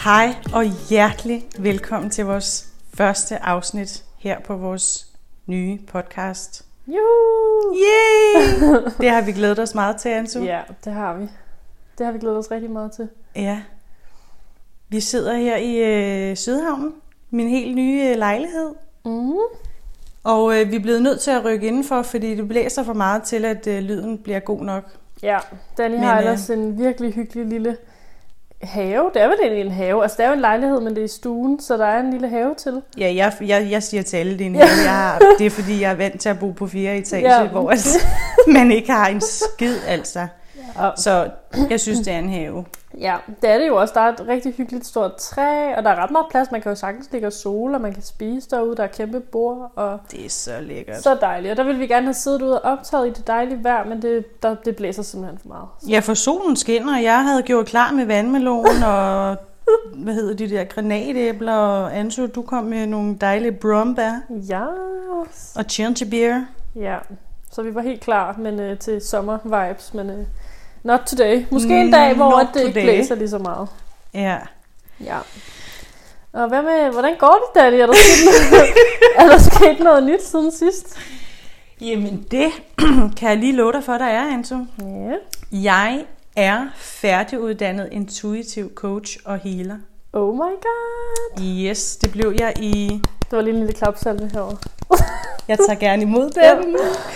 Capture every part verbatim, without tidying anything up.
Hej og hjertelig velkommen til vores første afsnit her på vores nye podcast. Juhu! Yay! Det har vi glædet os meget til, Ansu. Ja, det har vi. Det har vi glædet os rigtig meget til. Ja. Vi sidder her i øh, Sydhavnen, min helt nye øh, lejlighed. Mm. Og øh, vi er blevet nødt til at rykke indenfor, fordi det blæser for meget til, at øh, lyden bliver god nok. Ja, Danny Men, har ellers øh... en virkelig hyggelig lille have. Det er vel egentlig en have. Altså, det er jo en lejlighed, men det er i stuen, så der er en lille have til. Ja, jeg, jeg, jeg siger til alle, det er en have. Jeg har, det er fordi, jeg er vant til at bo på fire etager, ja. Hvor altså, man ikke har en skid, altså. Ja. Så jeg synes, det er en have. Ja, det er det jo også. Der er et rigtig hyggeligt stort træ, og der er ret meget plads. Man kan jo sagtens ligge og sole, og man kan spise derude. Der er kæmpe bord. Og det er så lækkert. Så dejligt. Og der ville vi gerne have siddet ude og optaget i det dejlige vejr, men det, der, det blæser simpelthen for meget. Så. Ja, for solen skinner, og jeg havde gjort klar med vandmelon og hvad hedder de der granatæbler, og Ansu, du kom med nogle dejlige brombær. Ja. Og gingerbeer. Ja, så vi var helt klar men, øh, til sommer-vibes, men øh, not today. Måske en dag, hvor det ikke blæser lige så meget. Ja. Ja. Og hvad med, hvordan går det, Danny? Er der sket noget, er der sket noget nyt siden sidst? Jamen det kan jeg lige love dig for, der er, Ansu. Ja. Jeg er færdiguddannet intuitiv coach og healer. Oh my god. Yes, det blev jeg i... Det var lige en lille klapsalve herovre. Jeg tager gerne imod den.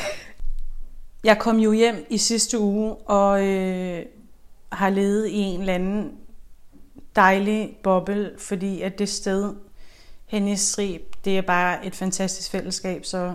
Jeg kom jo hjem i sidste uge og øh, har levet i en eller anden dejlig boble, fordi at det sted hen i Strib, det er bare et fantastisk fællesskab, så...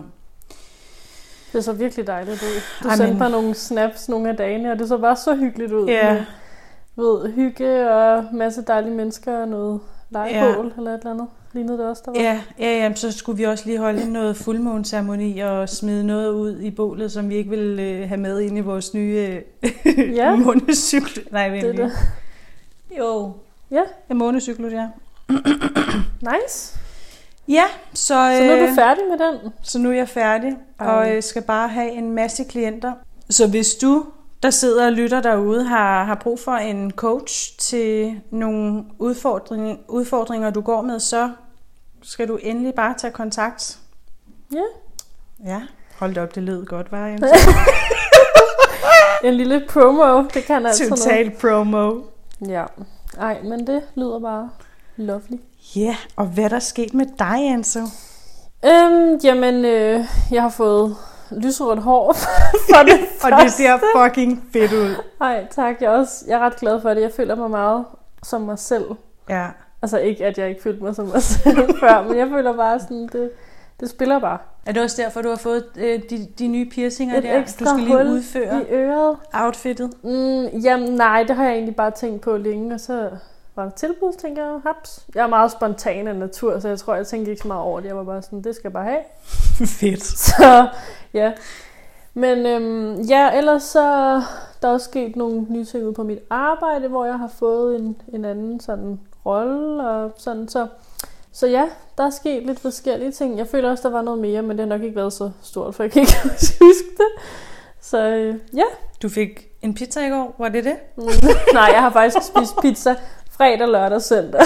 Det så virkelig dejligt ud. Du Amen. sendte mig nogle snaps nogle af dagene, og det så bare så hyggeligt ud. Ja. Med, ved, hygge og masse dejlige mennesker og noget legebål ja. Eller et eller andet. Lignede det også, der var? Ja, ja, ja, så skulle vi også lige holde noget fuldmåneceremoni og smide noget ud i bålet, som vi ikke ville øh, have med ind i vores nye øh, ja. månecyklus. Nej, vent lige. Jo. Ja. Ja, månecyklus, ja. Nice. Ja, så... Øh, så nu er du færdig med den? Så nu er jeg færdig, Ej. og øh, skal bare have en masse klienter. Så hvis du, der sidder og lytter derude, har, har brug for en coach til nogle udfordringer, udfordringer, du går med, så skal du endelig bare tage kontakt. Ja. Ja, hold da op, det lød godt, var jeg. En lille promo, det kan altså noget. Total promo. Ja, ej, men det lyder bare lovely. Ja, yeah, og hvad er der sket med dig, Ansu? Øhm, jamen, øh, jeg har fået lyserødt hår for det Og det ser fucking fedt ud. Nej, tak. Jeg er, også, jeg er ret glad for det. Jeg føler mig meget som mig selv. Ja. Altså ikke, at jeg ikke følte mig som mig selv før, men jeg føler bare sådan, det, det spiller bare. Er det også derfor, du har fået øh, de, de nye piercinger Et der? ekstra Du skal lige hul udføre i øret. Outfittet? Mm, jamen nej, det har jeg egentlig bare tænkt på længe, og så var der tilbud, tænker jeg, haps. Jeg er meget spontan af natur, så jeg tror, jeg tænkte ikke så meget over det. Jeg var bare sådan, det skal jeg bare have. Fedt. Så ja. Men øhm, ja, ellers så der er også sket nogle nye ting ud på mit arbejde, hvor jeg har fået en, en anden sådan rolle og sådan. Så, så ja, der er sket lidt forskellige ting. Jeg føler også, der var noget mere, men det har nok ikke været så stort, for jeg kan ikke huske det. Så øh, ja. Du fik en pizza i går, var det det? Nej, jeg har faktisk spist pizza fredag, lørdag og søndag.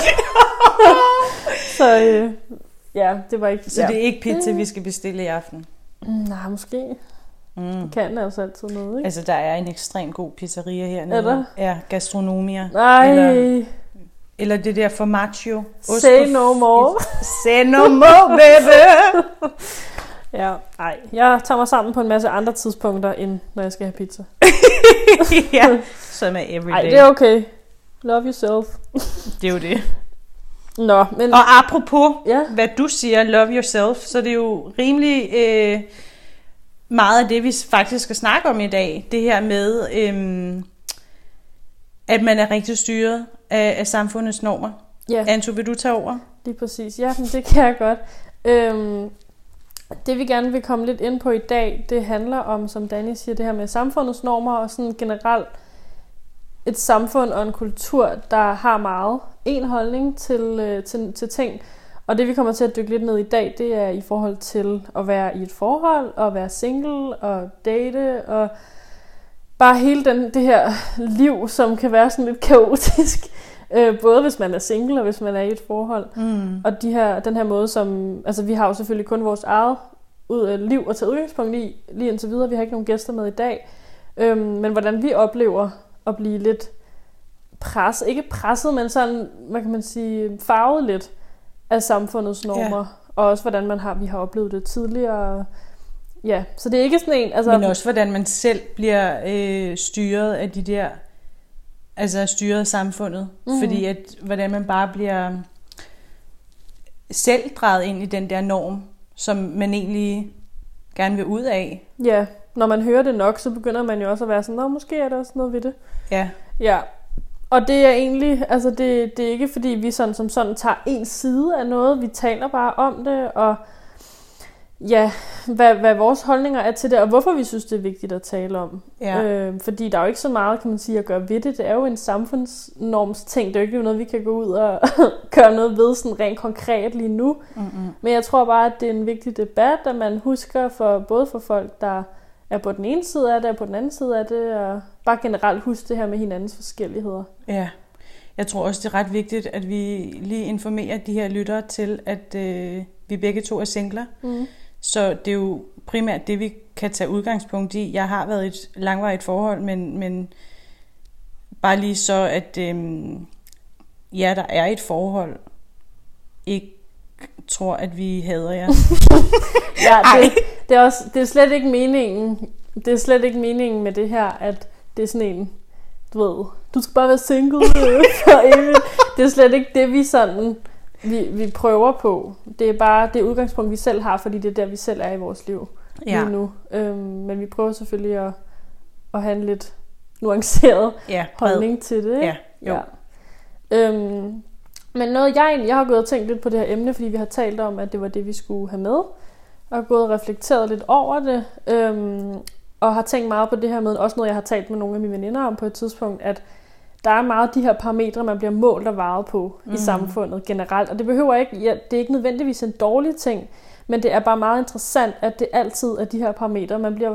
Så øh, ja, det var ikke... Så ja. det er ikke pizza, mm. vi skal bestille i aften? Nej, måske. Mm. Kan det altså altid noget, ikke? Altså, der er en ekstremt god pizzeria hernede. Er der? Ja, Gastronomia. Nej. Eller, eller det der formaggio. Say no more. Say no more, baby. Ja, nej. Jeg tager mig sammen på en masse andre tidspunkter, end når jeg skal have pizza. Ja, som er everyday. Nej, det er okay. Love yourself. Det er jo det. Nå, men... Og apropos, ja. Hvad du siger, love yourself, så det er jo rimelig øh, meget af det, vi faktisk skal snakke om i dag. Det her med, øh, at man er rigtig styret af, af samfundets normer. Ja. Anto, vil du tage over? Lige præcis. Ja, men det kan jeg godt. Øhm, det vi gerne vil komme lidt ind på i dag, det handler om, som Danny siger, det her med samfundets normer og sådan generelt et samfund og en kultur, der har meget en holdning til, til, til ting. Og det vi kommer til at dykke lidt ned i dag, det er i forhold til at være i et forhold, og være single, og date, og bare hele den, det her liv, som kan være sådan lidt kaotisk. Øh, både hvis man er single, og hvis man er i et forhold. Mm. Og de her, den her måde, som... Altså, vi har jo selvfølgelig kun vores eget ud af liv at tage udgangspunkt i, lige indtil videre. Vi har ikke nogen gæster med i dag. Øhm, men hvordan vi oplever at blive lidt presset, ikke presset, men sådan, hvad kan man sige, farvet lidt af samfundets normer. Ja. Og også hvordan man har, vi har oplevet det tidligere. Ja, så det er ikke sådan en... Altså, men også hvordan man selv bliver øh, styret af de der... Altså styret af samfundet. Mm. Fordi at, hvordan man bare bliver selv drejet ind i den der norm, som man egentlig gerne vil ud af. Ja, når man hører det nok, så begynder man jo også at være sådan, nå, måske er der også noget ved det. Ja. Ja, og det er egentlig, altså det, det er ikke fordi, vi sådan som sådan tager en side af noget, vi taler bare om det, og ja, hvad, hvad vores holdninger er til det, og hvorfor vi synes, det er vigtigt at tale om. Ja. Øh, fordi der er jo ikke så meget, kan man sige, at gøre ved det. Det er jo en samfundsnormsting. Det er jo ikke noget, vi kan gå ud og gøre noget ved sådan rent konkret lige nu. Mm-hmm. Men jeg tror bare, at det er en vigtig debat, at man husker for både for folk, der er på den ene side af det, og på den anden side af det, og bare generelt huske det her med hinandens forskelligheder. Ja, jeg tror også, det er ret vigtigt, at vi lige informerer de her lyttere til, at øh, vi begge to er singler. Mm. Så det er jo primært det, vi kan tage udgangspunkt i. Jeg har været i et langvarigt forhold, men, men bare lige så, at øhm, ja, der er et forhold. Ikke tror, at vi hader jer. Ja, det, det, er også, det er slet ikke meningen. Det er slet ikke meningen med det her, at det er sådan en, du ved, du skal bare være single for evigt. Det er slet ikke det, vi sådan... Vi, vi prøver på. Det er bare det udgangspunkt, vi selv har, fordi det er der, vi selv er i vores liv ja. lige nu. Øhm, men vi prøver selvfølgelig at, at have en lidt nuanceret ja, holdning til det. Ja, jo. Ja. Øhm, men noget, jeg egentlig, jeg har gået og tænkt lidt på det her emne, fordi vi har talt om, at det var det, vi skulle have med. Og gået og reflekteret lidt over det. Øhm, og har tænkt meget på det her med, også noget, jeg har talt med nogle af mine veninder om på et tidspunkt, at der er meget de her parametre, man bliver målt og vejet på mm. i samfundet generelt. Og det behøver ikke, ja, det er ikke nødvendigvis en dårlig ting, men det er bare meget interessant, at det altid er de her parametre, man bliver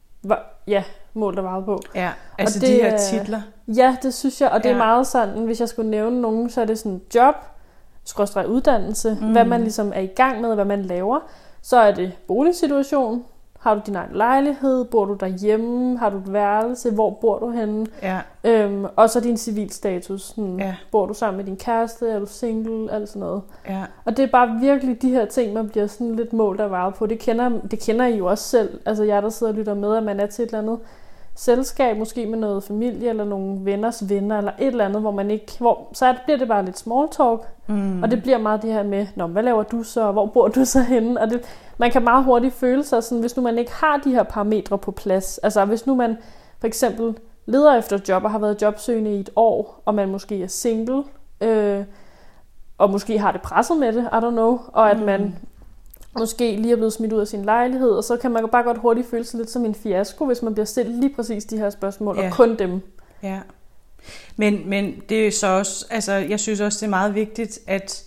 ja, målt og vejet på. Ja, altså det, de her titler. Ja, det synes jeg, og det ja. er meget sådan, hvis jeg skulle nævne nogen, så er det sådan job, skråstreg uddannelse, mm. hvad man ligesom er i gang med, hvad man laver. Så er det boligsituation. Har du din egen lejlighed? Bor du derhjemme? Har du et værelse? Hvor bor du henne? Ja. Øhm, og så din civilstatus. Sådan, ja. Bor du sammen med din kæreste? Er du single? Alt sådan noget. Ja. Og det er bare virkelig de her ting, man bliver sådan lidt målt og varet på. Det kender, det kender I jo også selv. Altså jeg, der sidder og lytter med, at man er til et eller andet selskab, måske med noget familie, eller nogle venners venner, eller et eller andet, hvor man ikke... Hvor, så bliver det bare lidt small talk. Mm. Og det bliver meget det her med, nå, hvad laver du så? Hvor bor du så henne? Og det, man kan meget hurtigt føle sig sådan, hvis nu man ikke har de her parametre på plads. Altså hvis nu man for eksempel leder efter job, og har været jobsøgende i et år, og man måske er single, øh, og måske har det presset med det, I don't know, og at mm. man måske lige er blevet smidt ud af sin lejlighed, og så kan man bare godt hurtigt føle sig lidt som en fiasko, hvis man bliver stillet lige præcis de her spørgsmål, ja. og kun dem. Ja. Men, men det er så også, altså jeg synes også, det er meget vigtigt, at,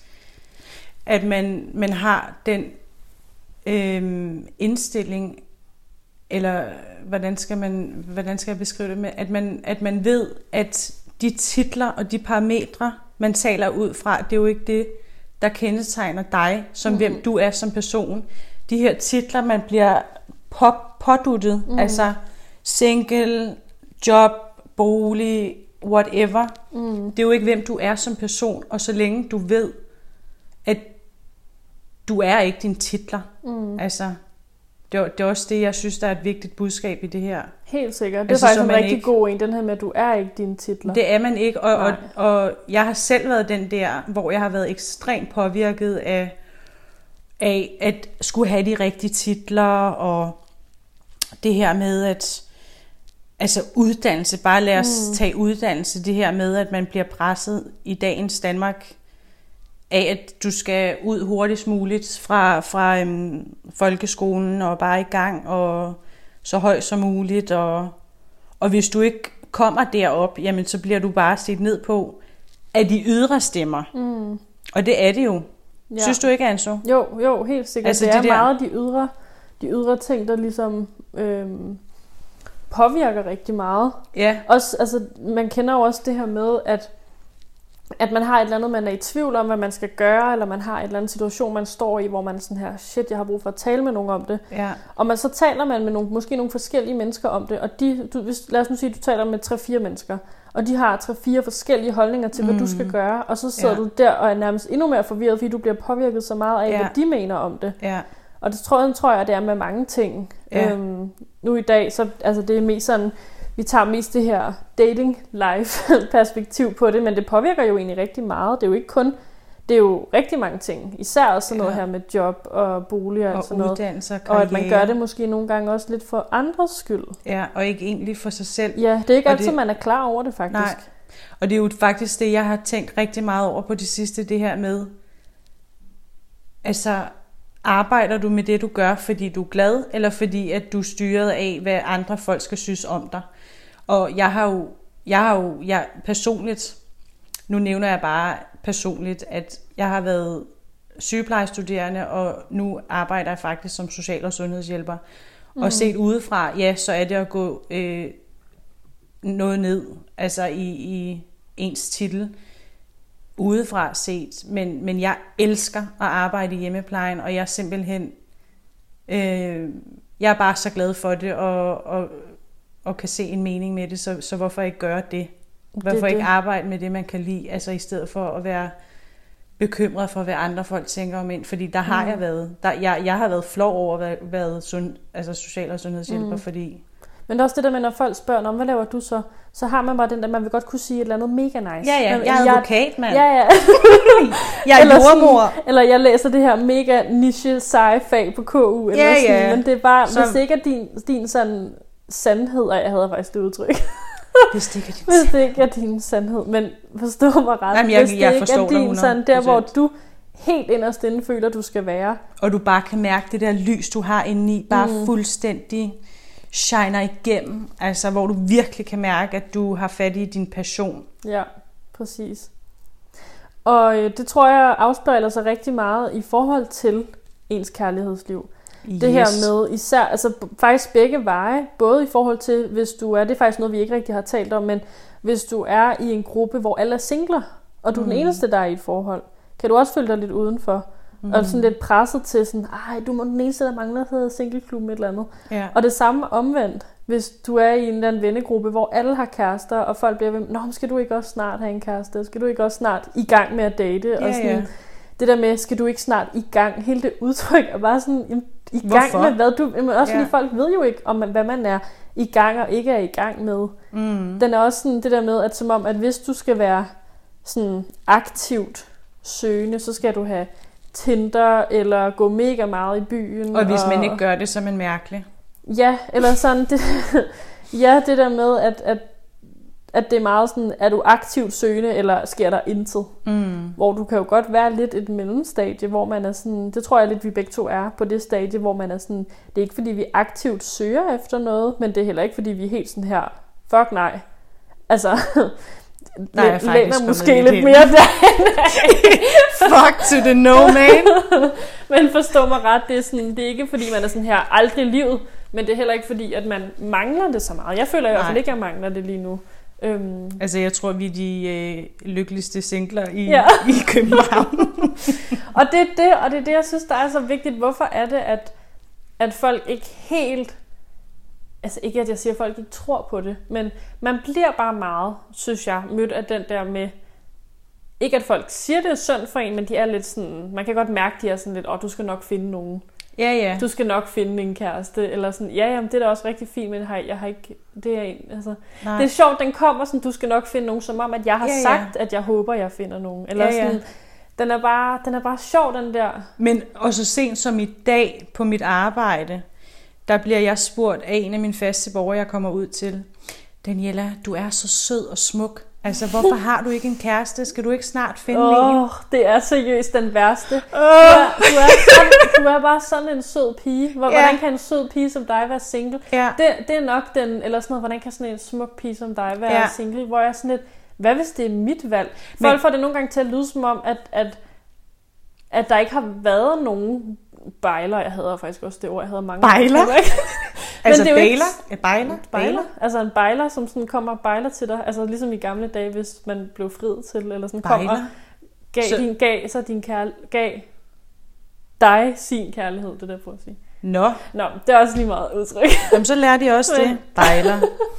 at man, man har den øhm, indstilling, eller hvordan skal man, hvordan skal jeg beskrive det med, at man, at man ved, at de titler og de parametre, man taler ud fra, det er jo ikke det, der kendetegner dig, som mm. hvem du er som person. De her titler, man bliver pop, påduttet, mm. altså single, job, bolig, whatever. Mm. Det er jo ikke, hvem du er som person, og så længe du ved, at du er ikke dine titler. Mm. Altså, det er, det er også det, jeg synes, der er et vigtigt budskab i det her. Helt sikkert. Det er altså, faktisk en rigtig ikke, god en, den her med, at du er ikke dine titler. Det er man ikke, og, og, og jeg har selv været den der, hvor jeg har været ekstremt påvirket af, af at skulle have de rigtige titler, og det her med, at altså uddannelse, bare lad os mm. tage uddannelse, det her med, at man bliver presset i dagens Danmark af, at du skal ud hurtigst muligt fra, fra øhm, folkeskolen og bare i gang og så højt som muligt. Og, og hvis du ikke kommer derop, jamen så bliver du bare set ned på af de ydre stemmer. Mm. Og det er det jo. Ja. Synes du ikke, Anso? Jo, jo, helt sikkert. Altså, det er de der... meget de ydre, de ydre ting, der ligesom øhm, påvirker rigtig meget. Ja. Også, altså, man kender jo også det her med, at at man har et eller andet, man er i tvivl om, hvad man skal gøre, eller man har et eller andet situation, man står i, hvor man er sådan her, shit, jeg har brug for at tale med nogen om det. Ja. Og man, så taler man med nogle, måske nogle forskellige mennesker om det, og de, du, hvis, lad os nu sige, at du taler med tre-fire mennesker, og de har tre-fire forskellige holdninger til, hvad mm. du skal gøre, og så sidder ja. du der og er nærmest endnu mere forvirret, fordi du bliver påvirket så meget af, ja. hvad de mener om det. Ja. Og det tror jeg, tror jeg, det er med mange ting. Ja. Øhm, nu i dag, så altså det er mest sådan, vi tager mest det her dating-life-perspektiv på det, men det påvirker jo egentlig rigtig meget. Det er jo ikke kun, det er jo rigtig mange ting. Især også sådan noget ja. her med job og bolig og, og sådan noget. Uddannelse og karriere. Og at man gør det måske nogle gange også lidt for andres skyld. Ja, og ikke egentlig for sig selv. Ja, det er ikke og altid, det... man er klar over det faktisk. Nej. Og det er jo faktisk det, jeg har tænkt rigtig meget over på det sidste, det her med, altså, arbejder du med det, du gør, fordi du er glad, eller fordi at du er styret af, hvad andre folk skal synes om dig? Og jeg har jo, jeg har jo jeg personligt, nu nævner jeg bare personligt, at jeg har været sygeplejestuderende, og nu arbejder jeg faktisk som social- og sundhedshjælper. Mm. Og set udefra, ja, så er det at gå øh, noget ned, altså i, i ens titel, udefra set. Men, men jeg elsker at arbejde i hjemmeplejen, og jeg er simpelthen, øh, jeg er bare så glad for det, og, og og kan se en mening med det, så, så hvorfor ikke gøre det? Hvorfor det, det. ikke arbejde med det, man kan lide, altså i stedet for at være bekymret for, hvad andre folk tænker om en, fordi der har mm. jeg været, der, jeg, jeg har været flov over at være, været sund, altså social- og sundhedshjælper, mm. fordi... Men det er også det der med, når folk spørger, om hvad laver du så? Så har man bare den der, man vil godt kunne sige et eller andet mega nice. Ja, ja, men, jeg er advokat, mand. Ja, ja. Jeg er jordmor. Sådan, eller jeg læser det her mega niche sci-fag på K U, eller ja, sådan, ja. men det er bare, så... hvis det ikke er din, din sådan... sandhed, og jeg havde faktisk det udtryk. Hvis det ikke er din Hvis det ikke er din sandhed, men forstå mig ret. Jamen, jeg, Hvis det jeg ikke er din sand, der hvor du helt inderst inde føler, du skal være. Og du bare kan mærke det der lys, du har indeni, bare mm. fuldstændig shiner igennem, altså hvor du virkelig kan mærke, at du har fat i din passion. Ja, præcis. Og øh, det tror jeg afspejler sig rigtig meget i forhold til ens kærlighedsliv. Yes. Det her med især, altså faktisk begge veje, både i forhold til, hvis du er, det er faktisk noget, vi ikke rigtig har talt om, men hvis du er i en gruppe, hvor alle er singler, og du er mm. den eneste, der er i et forhold, kan du også føle dig lidt udenfor, mm. og sådan lidt presset til sådan, ej, du må den eneste, der mangler, hedder singleklubben et eller andet. Ja. Og det samme omvendt, hvis du er i en eller anden vennegruppe, hvor alle har kærester, og folk bliver ved, nå, skal du ikke også snart have en kæreste? Skal du ikke også snart i gang med at date? Ja, og sådan, ja. Det der med, skal du ikke snart i gang? Hele det udtryk er bare sådan, jamen, i gang Hvorfor? med hvad du... Men også fordi ja. folk ved jo ikke, om man, hvad man er i gang og ikke er i gang med. Mm. Den er også sådan det der med, at som om, at hvis du skal være sådan aktivt søgende, så skal du have Tinder, eller gå mega meget i byen. Og hvis og, man ikke gør det, så er man mærkelig. Ja, eller sådan... Det, ja, det der med, at... at at det er meget sådan, er du aktivt søgende, eller sker der intet? Mm. Hvor du kan jo godt være lidt et mellemstadie, hvor man er sådan, det tror jeg lidt, vi begge to er på det stadie, hvor man er sådan, det er ikke fordi, vi aktivt søger efter noget, men det er heller ikke fordi, vi er helt sådan her, fuck nej. Altså, nej, jeg læner måske lidt, lidt mere derhen. Fuck to the no, man. Men forstå mig ret, det er, sådan, det er ikke fordi, man er sådan her, aldrig i livet, men det er heller ikke fordi, at man mangler det så meget. Jeg føler i hvert fald ikke, at jeg mangler det lige nu. Øhm. Altså jeg tror vi er de øh, lykkeligste singler i, ja. i København. Og det er det, og det er det jeg synes der er så vigtigt. Hvorfor er det at, at folk ikke helt, altså ikke at jeg siger at folk ikke tror på det, men man bliver bare meget, synes jeg, mødt af den der med, ikke at folk siger det er synd for en, men de er lidt sådan, man kan godt mærke de er sådan lidt, åh oh, du skal nok finde nogen. Ja, ja. Du skal nok finde en kæreste, eller sådan, ja, jamen, det er da også rigtig fint, men jeg har ikke, det er en, altså, det er sjovt, den kommer sådan, du skal nok finde nogen, som om, at jeg har ja, ja. sagt, at jeg håber, jeg finder nogen, eller ja, ja. sådan, den er bare, den er bare sjov, den der. Men også så sent som i dag på mit arbejde, der bliver jeg spurgt af en af mine faste borgere, jeg kommer ud til, Daniela, du er så sød og smuk. Altså, hvorfor har du ikke en kæreste? Skal du ikke snart finde oh, en? Åh, det er seriøst den værste. Oh. Du, er, du, er sådan, du er bare sådan en sød pige. Hvordan yeah. kan en sød pige som dig være single? Yeah. Det, det er nok den, eller sådan noget, hvordan kan sådan en smuk pige som dig være yeah. single? Hvor jeg er sådan lidt, hvad hvis det er mit valg? Folk Men, får det nogle gange til at lyde som om, at, at, at der ikke har været nogen bejler. Jeg hader faktisk også det ord, jeg hader mange. Bejler? Altså det er jo bailer? Ikke... Et bejler? Bejler? Altså en bejler, som sådan kommer og bejler til dig. Altså ligesom i gamle dage, hvis man blev friet til, eller sådan bejler. kom og gav, så... din, gav, så din kærl... gav dig sin kærlighed, det der på at sige. Nå. Nå, det er også lige meget udtryk. Jamen så lærer de også det. Bejler.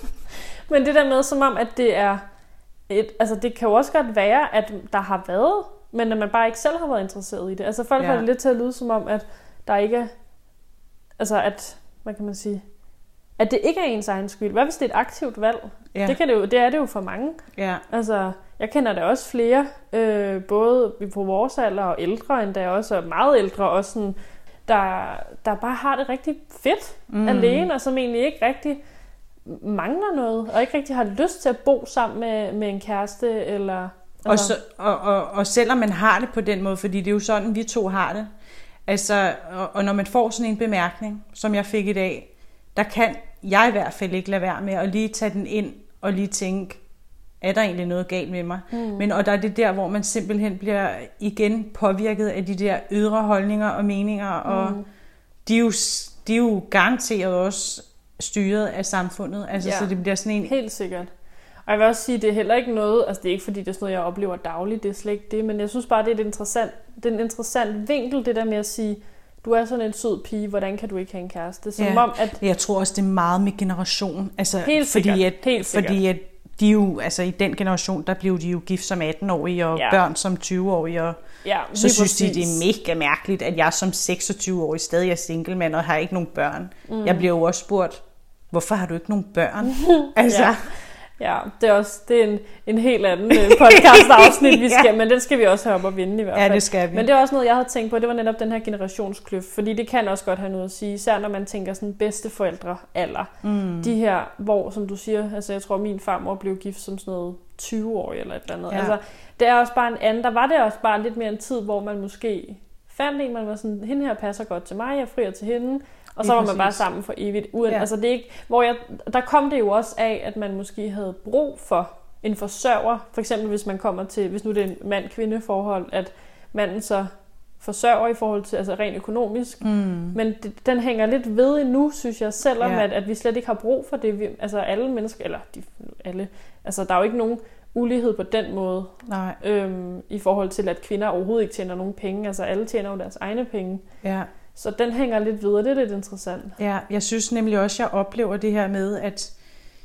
Men det der med, som om, at det er... Et, altså det kan jo også godt være, at der har været, men at man bare ikke selv har været interesseret i det. Altså folk ja. har det lidt til at lyde som om, at der ikke er... Altså at... Hvad kan man sige? At det ikke er ens egen skyld. Hvad hvis det er et aktivt valg? Ja. Det, kan det, jo, det er det jo for mange. Ja. Altså, jeg kender det også flere, øh, både på vores alder og ældre, endda også, og meget ældre også, sådan, der, der bare har det rigtig fedt mm. alene, og som egentlig ikke rigtig mangler noget, og ikke rigtig har lyst til at bo sammen med, med en kæreste. Eller, og, så, og, og, og selvom man har det på den måde, fordi det er jo sådan, vi to har det, altså, og, og når man får sådan en bemærkning, som jeg fik i dag, der kan jeg i hvert fald ikke lade være med at lige tage den ind og lige tænke, er der egentlig noget galt med mig? Mm. Men og der er det der, hvor man simpelthen bliver igen påvirket af de der ydre holdninger og meninger, og mm. de, er jo, de er jo garanteret også styret af samfundet. Altså, ja. Så det bliver sådan en... Helt sikkert. Og jeg vil også sige, det er heller ikke noget, altså det er ikke fordi, det er sådan noget, jeg oplever dagligt, det er slet ikke det, men jeg synes bare, det er, et interessant, det er en interessant vinkel, det der med at sige, du er sådan en sød pige, hvordan kan du ikke have en kæreste? Som ja. om, at... Jeg tror også, det er meget med generation. Altså, helt sikkert. Fordi at, Helt sikkert. Fordi at de jo, altså i den generation, der blev de jo gift som atten-årige, og ja. børn som tyve-årige, og ja, så synes de, det er mega mærkeligt, at jeg som seksogtyve-årig stadig er single mand, og har ikke nogen børn. Mm. Jeg bliver jo også spurgt, hvorfor har du ikke nogen børn? altså... Ja. Ja, det er også det er en, en helt anden podcast-afsnit, vi skal, ja. Men den skal vi også have op og vinde i hvert fald. Ja, det skal vi. Men det er også noget, jeg havde tænkt på, det var netop den her generationskløft, fordi det kan også godt have noget at sige, især når man tænker sådan bedsteforældre alder. Mm. De her, hvor, som du siger, altså jeg tror, min farmor blev gift som sådan noget tyve-årig eller et eller andet. Ja. Altså, det er også bare en anden, der var det også bare lidt mere en tid, hvor man måske fandt en, man var sådan, hende her passer godt til mig, jeg frier til hende. Og så var man bare sammen for evigt. Uden, ja. Altså det er ikke, hvor jeg, der kom det jo også af, at man måske havde brug for en forsørger. For eksempel hvis man kommer til, hvis nu det er en mand-kvinde forhold, at manden så forsørger i forhold til, altså rent økonomisk. Mm. Men det, den hænger lidt ved endnu, synes jeg, selvom ja. at, at vi slet ikke har brug for det. Vi, altså alle mennesker, eller de, alle, altså der er jo ikke nogen ulighed på den måde. Nej. Øhm, i forhold til, at kvinder overhovedet ikke tjener nogen penge. Altså alle tjener jo deres egne penge. Ja. Så den hænger lidt videre, det er lidt interessant. Ja, jeg synes nemlig også, jeg oplever det her med, at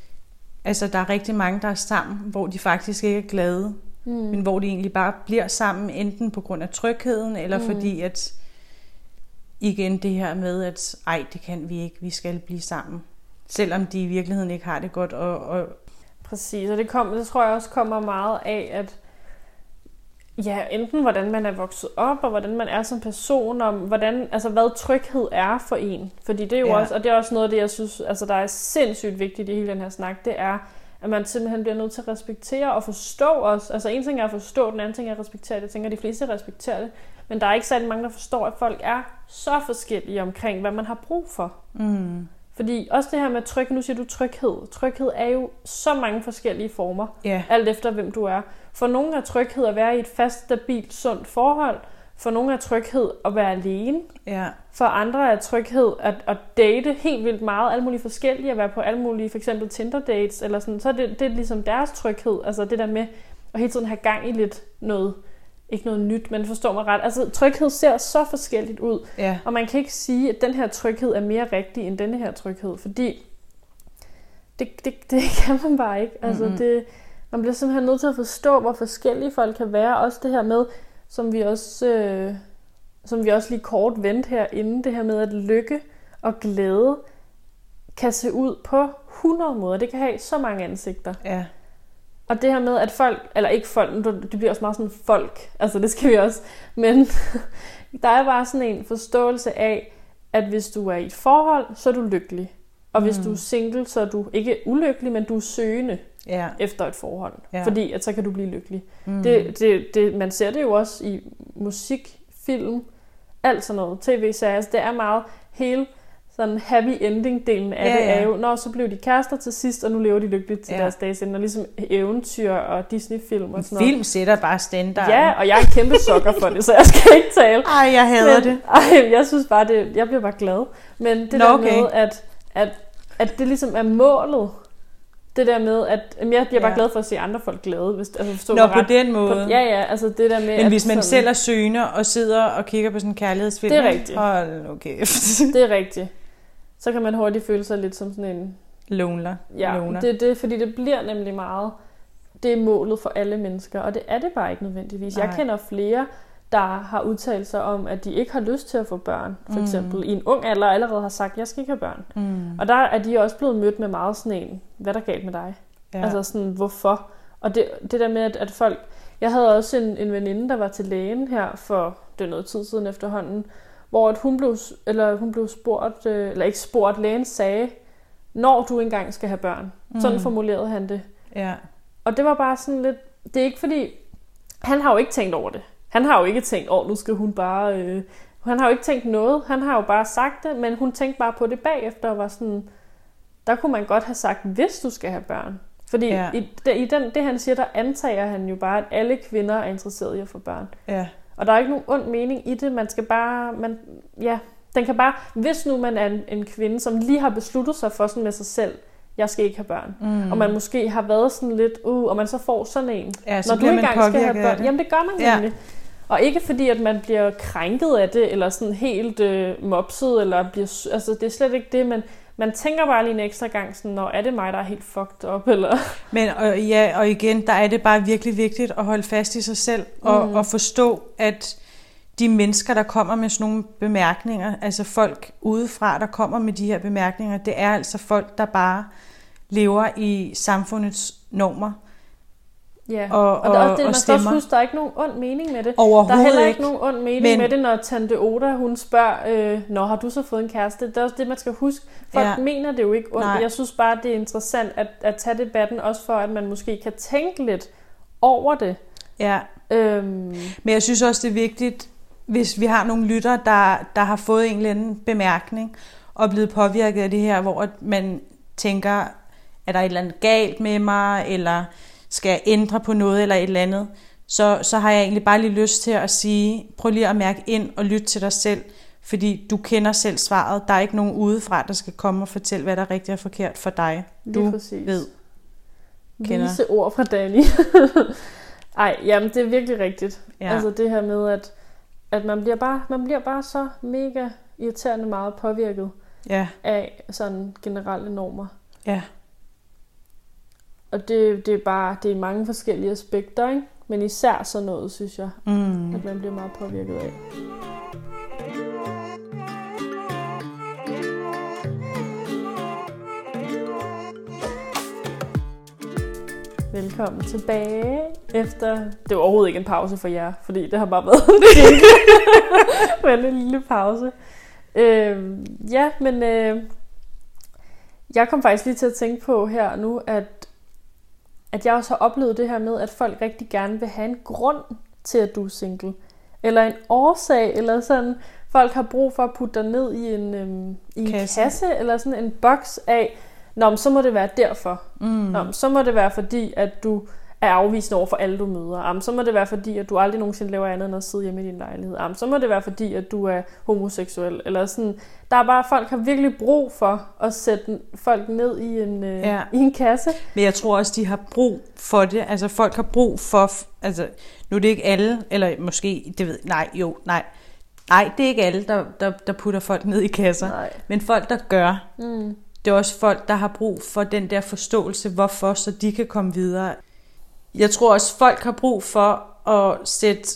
altså, der er rigtig mange, der er sammen, hvor de faktisk ikke er glade, mm. men hvor de egentlig bare bliver sammen, enten på grund af trygheden, eller mm. fordi at, igen det her med, at ej, det kan vi ikke, vi skal blive sammen. Selvom de i virkeligheden ikke har det godt. Og, og præcis, og det, kom, det tror jeg også kommer meget af, at ja, enten hvordan man er vokset op, og hvordan man er som person, og hvordan, altså hvad tryghed er for en. Fordi det er jo ja. også, og det er også noget af det, jeg synes, altså der er sindssygt vigtigt i hele den her snak, det er, at man simpelthen bliver nødt til at respektere og forstå os. Altså en ting er at forstå, den anden ting er at respektere det. Jeg tænker, at de fleste respekterer det. Men der er ikke særlig mange, der forstår, at folk er så forskellige omkring, hvad man har brug for. Mm. Fordi også det her med tryghed, nu siger du tryghed. Tryghed er jo så mange forskellige former, yeah. alt efter hvem du er. For nogle er tryghed at være i et fast, stabilt, sundt forhold. For nogle er tryghed at være alene. Yeah. For andre er tryghed at, at date helt vildt meget, alle mulige forskellige, at være på alle mulige, for eksempel Tinder dates, eller sådan. Så er det, det er ligesom deres tryghed, altså det der med at hele tiden have gang i lidt noget, ikke noget nyt, men forstår mig ret. Altså tryghed ser så forskelligt ud, ja. Og man kan ikke sige, at den her tryghed er mere rigtig end denne her tryghed, fordi det, det, det kan man bare ikke. Altså mm-hmm. det, man bliver simpelthen nødt til at forstå, hvor forskellige folk kan være. Også det her med, som vi også, øh, som vi også lige kort vendte herinde, det her med, at lykke og glæde kan se ud på hundrede måder. Det kan have så mange ansigter. Ja. Og det her med, at folk, eller ikke folk, det bliver også meget sådan folk, altså det skal vi også, men der er bare sådan en forståelse af, at hvis du er i et forhold, så er du lykkelig. Og hvis mm. du er single, så er du ikke ulykkelig, men du er søgende ja. efter et forhold. Ja. Fordi at så kan du blive lykkelig. Mm. Det, det, det, man ser det jo også i musik, film, alt sådan noget, tv-serier. Det er meget hele sådan happy ending-delen af ja, det er jo, når så blev de kærester til sidst, og nu lever de lykkeligt til ja. deres dages ende. Og ligesom eventyr og Disney-film og sådan noget. Film sætter bare standarden. Ja, og jeg er en kæmpe sukker for det, så jeg skal ikke tale. Ej, jeg hader men, det. Ej, jeg synes bare, det, jeg bliver bare glad. Men det Nå, der okay. med, at, at at det ligesom er målet. Det der med, at jamen, jeg bliver bare ja. glad for at se andre folk glade. Hvis, altså forstå Nå, på ret. den måde. På, ja, ja, altså det der med... Men at hvis man sådan, selv er søgende og sidder og kigger på sådan en kærlighedsfilm... Det er rigtigt. Hold nu kæft. Det er rigtigt. Så kan man hurtigt føle sig lidt som sådan en... Loner. Ja, Loner. det er det, fordi det bliver nemlig meget... Det er målet for alle mennesker, og det er det bare ikke nødvendigvis. Nej. Jeg kender flere, der har udtalt sig om, at de ikke har lyst til at få børn. For eksempel mm. i en ung alder allerede har sagt, at jeg skal ikke have børn. Mm. Og der er de også blevet mødt med meget sådan en, hvad der er galt med dig? Ja. Altså sådan, hvorfor? Og det, det der med, at, at folk... Jeg havde også en, en veninde, der var til lægen her for det er noget tid siden efterhånden, hvor at hun, blev, eller hun blev spurgt, eller ikke spurgt, lægen sagde, når du engang skal have børn. Mm. Sådan formulerede han det. Ja. Og det var bare sådan lidt... Det er ikke fordi... Han har jo ikke tænkt over det. Han har jo ikke tænkt, åh, nu skal hun bare... Øh, han har jo ikke tænkt noget. Han har jo bare sagt det, men hun tænkte bare på det bagefter og var sådan... Der kunne man godt have sagt, hvis du skal have børn. Fordi ja. i, i den, det, han siger, der antager han jo bare, at alle kvinder er interesserede i at få børn. Ja. Og der er ikke nogen ond mening i det. Man skal bare... Man, ja, den kan bare... Hvis nu man er en, en kvinde, som lige har besluttet sig for sådan med sig selv, jeg skal ikke have børn. Mm. Og man måske har været sådan lidt, uh, og man så får sådan en. Ja, så når du engang skal have børn. Det. Jamen det gør man ja. nemlig. Og ikke fordi, at man bliver krænket af det, eller sådan helt øh, mopset, eller bliver, altså det er slet ikke det, men man tænker bare lige en ekstra gang, sådan, når er det mig, der er helt fucked up, eller... Men og, ja, og igen, der er det bare virkelig vigtigt at holde fast i sig selv, og, mm. og forstå, at de mennesker, der kommer med sådan nogle bemærkninger, altså folk udefra, der kommer med de her bemærkninger, det er altså folk, der bare lever i samfundets normer. Ja, og, og, og, der, og det, og man skal også huske, der er ikke nogen ond mening med det. Der er heller ikke nogen ond mening men... med det, når Tante Oda, hun spørger, øh, nå, har du så fået en kæreste? Det er også det, man skal huske. Folk ja. mener det jo ikke ondt. Nej. Jeg synes bare, det er interessant at, at tage debatten, også for, at man måske kan tænke lidt over det. Ja, øhm... men jeg synes også, det er vigtigt, hvis vi har nogle lyttere, der, der har fået en eller anden bemærkning, og er blevet påvirket af det her, hvor man tænker, er der et eller andet galt med mig, eller skal jeg ændre på noget, eller et eller andet, så, så har jeg egentlig bare lige lyst til at sige, prøv lige at mærke ind og lytte til dig selv, fordi du kender selv svaret. Der er ikke nogen udefra, der skal komme og fortælle, hvad der er rigtigt og forkert for dig. Du ved. Kender. Vise ord fra Dani. Ej, jamen det er virkelig rigtigt. Ja. Altså det her med, at, at man, bliver bare, man bliver bare så mega irriterende meget påvirket ja. af sådan generelle normer. Ja. Og det, det er bare det er mange forskellige aspekter, ikke? Men især sådan noget, synes jeg, mm. at man bliver meget påvirket af. Velkommen tilbage efter... Det var overhovedet ikke en pause for jer, fordi det har bare været en, en lille pause. Øh, ja, men øh, jeg kom faktisk lige til at tænke på her nu, at at jeg også har oplevet det her med, at folk rigtig gerne vil have en grund til, at du er single. Eller en årsag, eller sådan. Folk har brug for at putte dig ned i en, øhm, i en kasse. kasse, eller sådan en boks af, nå, så må det være derfor. Mm. Nå, så må det være fordi, at du er afvisende over for alle, du møder. Jamen, så må det være fordi, at du aldrig nogensinde laver andet end at sidde hjemme i din lejlighed. Jamen, så må det være fordi, at du er homoseksuel. Eller sådan. Der er bare, folk har virkelig brug for at sætte folk ned i en, øh, ja. i en kasse. Men jeg tror også, de har brug for det. Altså, folk har brug for... Altså, nu er det ikke alle, eller måske... Det ved, nej, jo, nej. Nej, det er ikke alle, der, der, der putter folk ned i kasser. Nej. Men folk, der gør. Mm. Det er også folk, der har brug for den der forståelse, hvorfor, så de kan komme videre. Jeg tror også, folk har brug for at sætte